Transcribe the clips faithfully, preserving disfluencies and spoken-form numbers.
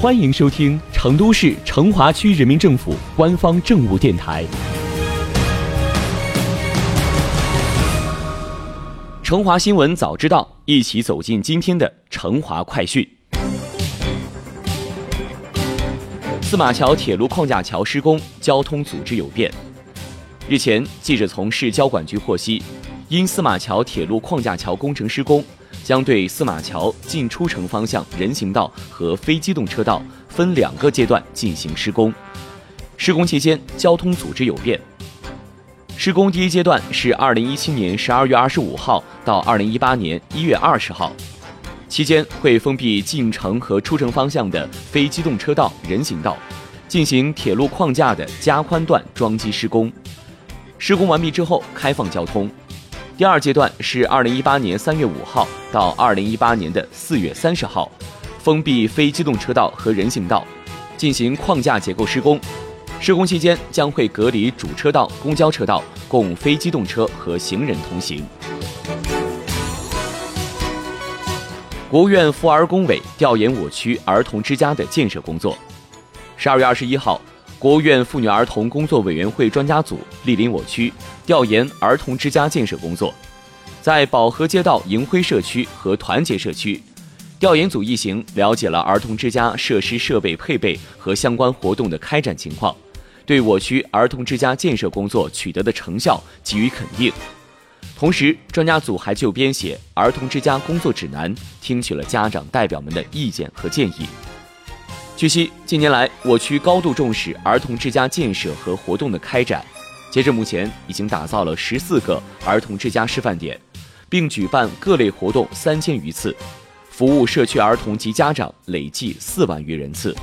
欢迎收听成都市成华区人民政府官方政务电台。成华新闻早知道，一起走进今天的成华快讯。司马桥铁路框架桥施工，交通组织有变。日前，记者从市交管局获悉，因司马桥铁路框架桥工程施工，将对司马桥进出城方向人行道和非机动车道分两个阶段进行施工。施工期间，交通组织有变。施工第一阶段是二零一七年十二月二十五号到二零一八年一月二十号，期间会封闭进城和出城方向的非机动车道、人行道，进行铁路框架的加宽段桩基施工。施工完毕之后开放交通。第二阶段是二零一八年三月五号到二零一八年的四月三十号，封闭非机动车道和人行道，进行框架结构施工。施工期间将会隔离主车道、公交车道，供非机动车和行人通行。国务院妇儿工委调研我区儿童之家的建设工作。十二月二十一号，国务院妇女儿童工作委员会专家组莅临我区调研儿童之家建设工作。在保和街道迎辉社区和团结社区，调研组一行了解了儿童之家设施设备配备和相关活动的开展情况，对我区儿童之家建设工作取得的成效给予肯定。同时，专家组还就编写儿童之家工作指南，听取了家长代表们的意见和建议。据悉，近年来我区高度重视儿童之家建设和活动的开展，截至目前已经打造了十四个儿童之家示范点，并举办各类活动三千余次，服务社区儿童及家长累计四万余人次。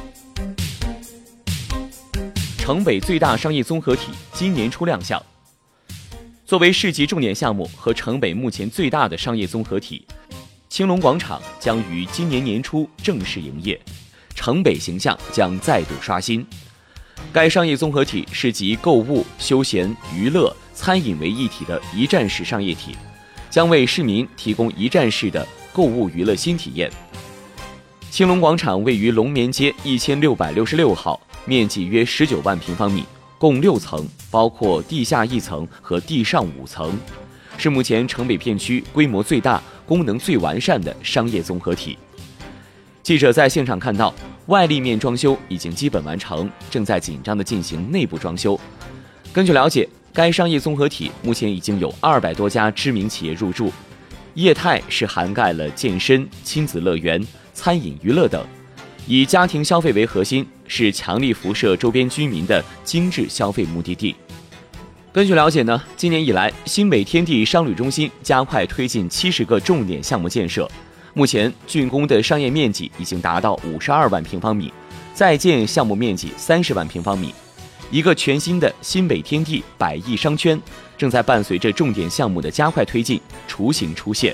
城北最大商业综合体今年初亮相。作为市级重点项目和城北目前最大的商业综合体，青龙广场将于今年年初正式营业，城北形象将再度刷新。该商业综合体是集购物、休闲、娱乐、餐饮为一体的一站式商业体，将为市民提供一站式的购物娱乐新体验。青龙广场位于龙眠街一千六百六十六号，面积约十九万平方米，共六层，包括地下一层和地上五层，是目前城北片区规模最大、功能最完善的商业综合体。记者在现场看到，外立面装修已经基本完成，正在紧张地进行内部装修。根据了解，该商业综合体目前已经有二百多家知名企业入驻，业态是涵盖了健身、亲子乐园、餐饮娱乐等，以家庭消费为核心，是强力辐射周边居民的精致消费目的地。根据了解呢，今年以来，新美天地商旅中心加快推进七十个重点项目建设，目前竣工的商业面积已经达到五十二万平方米，在建项目面积三十万平方米。一个全新的新北天地百亿商圈正在伴随着重点项目的加快推进，雏形出现。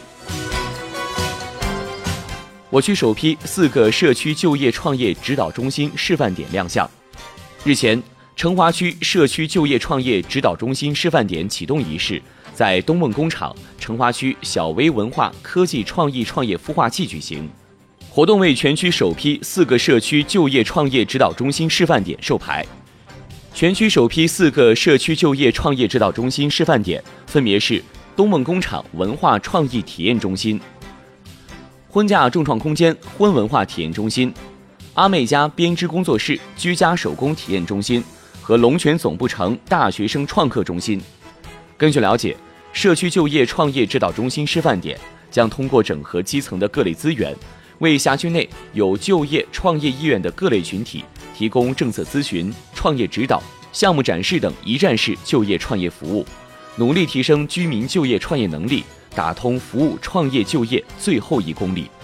我区首批四个社区就业创业指导中心示范点亮相。日前，成华区社区就业创业指导中心示范点启动仪式在东梦工厂成华区小微文化科技创意创业孵化器举行。活动为全区首批四个社区就业创业指导中心示范点授牌。全区首批四个社区就业创业指导中心示范点分别是东梦工厂文化创意体验中心、婚嫁众创空间婚文化体验中心、阿妹家编织工作室居家手工体验中心和龙泉总部城大学生创客中心。根据了解，社区就业创业指导中心示范点将通过整合基层的各类资源，为辖区内有就业创业意愿的各类群体提供政策咨询、创业指导、项目展示等一站式就业创业服务，努力提升居民就业创业能力，打通服务创业就业最后一公里。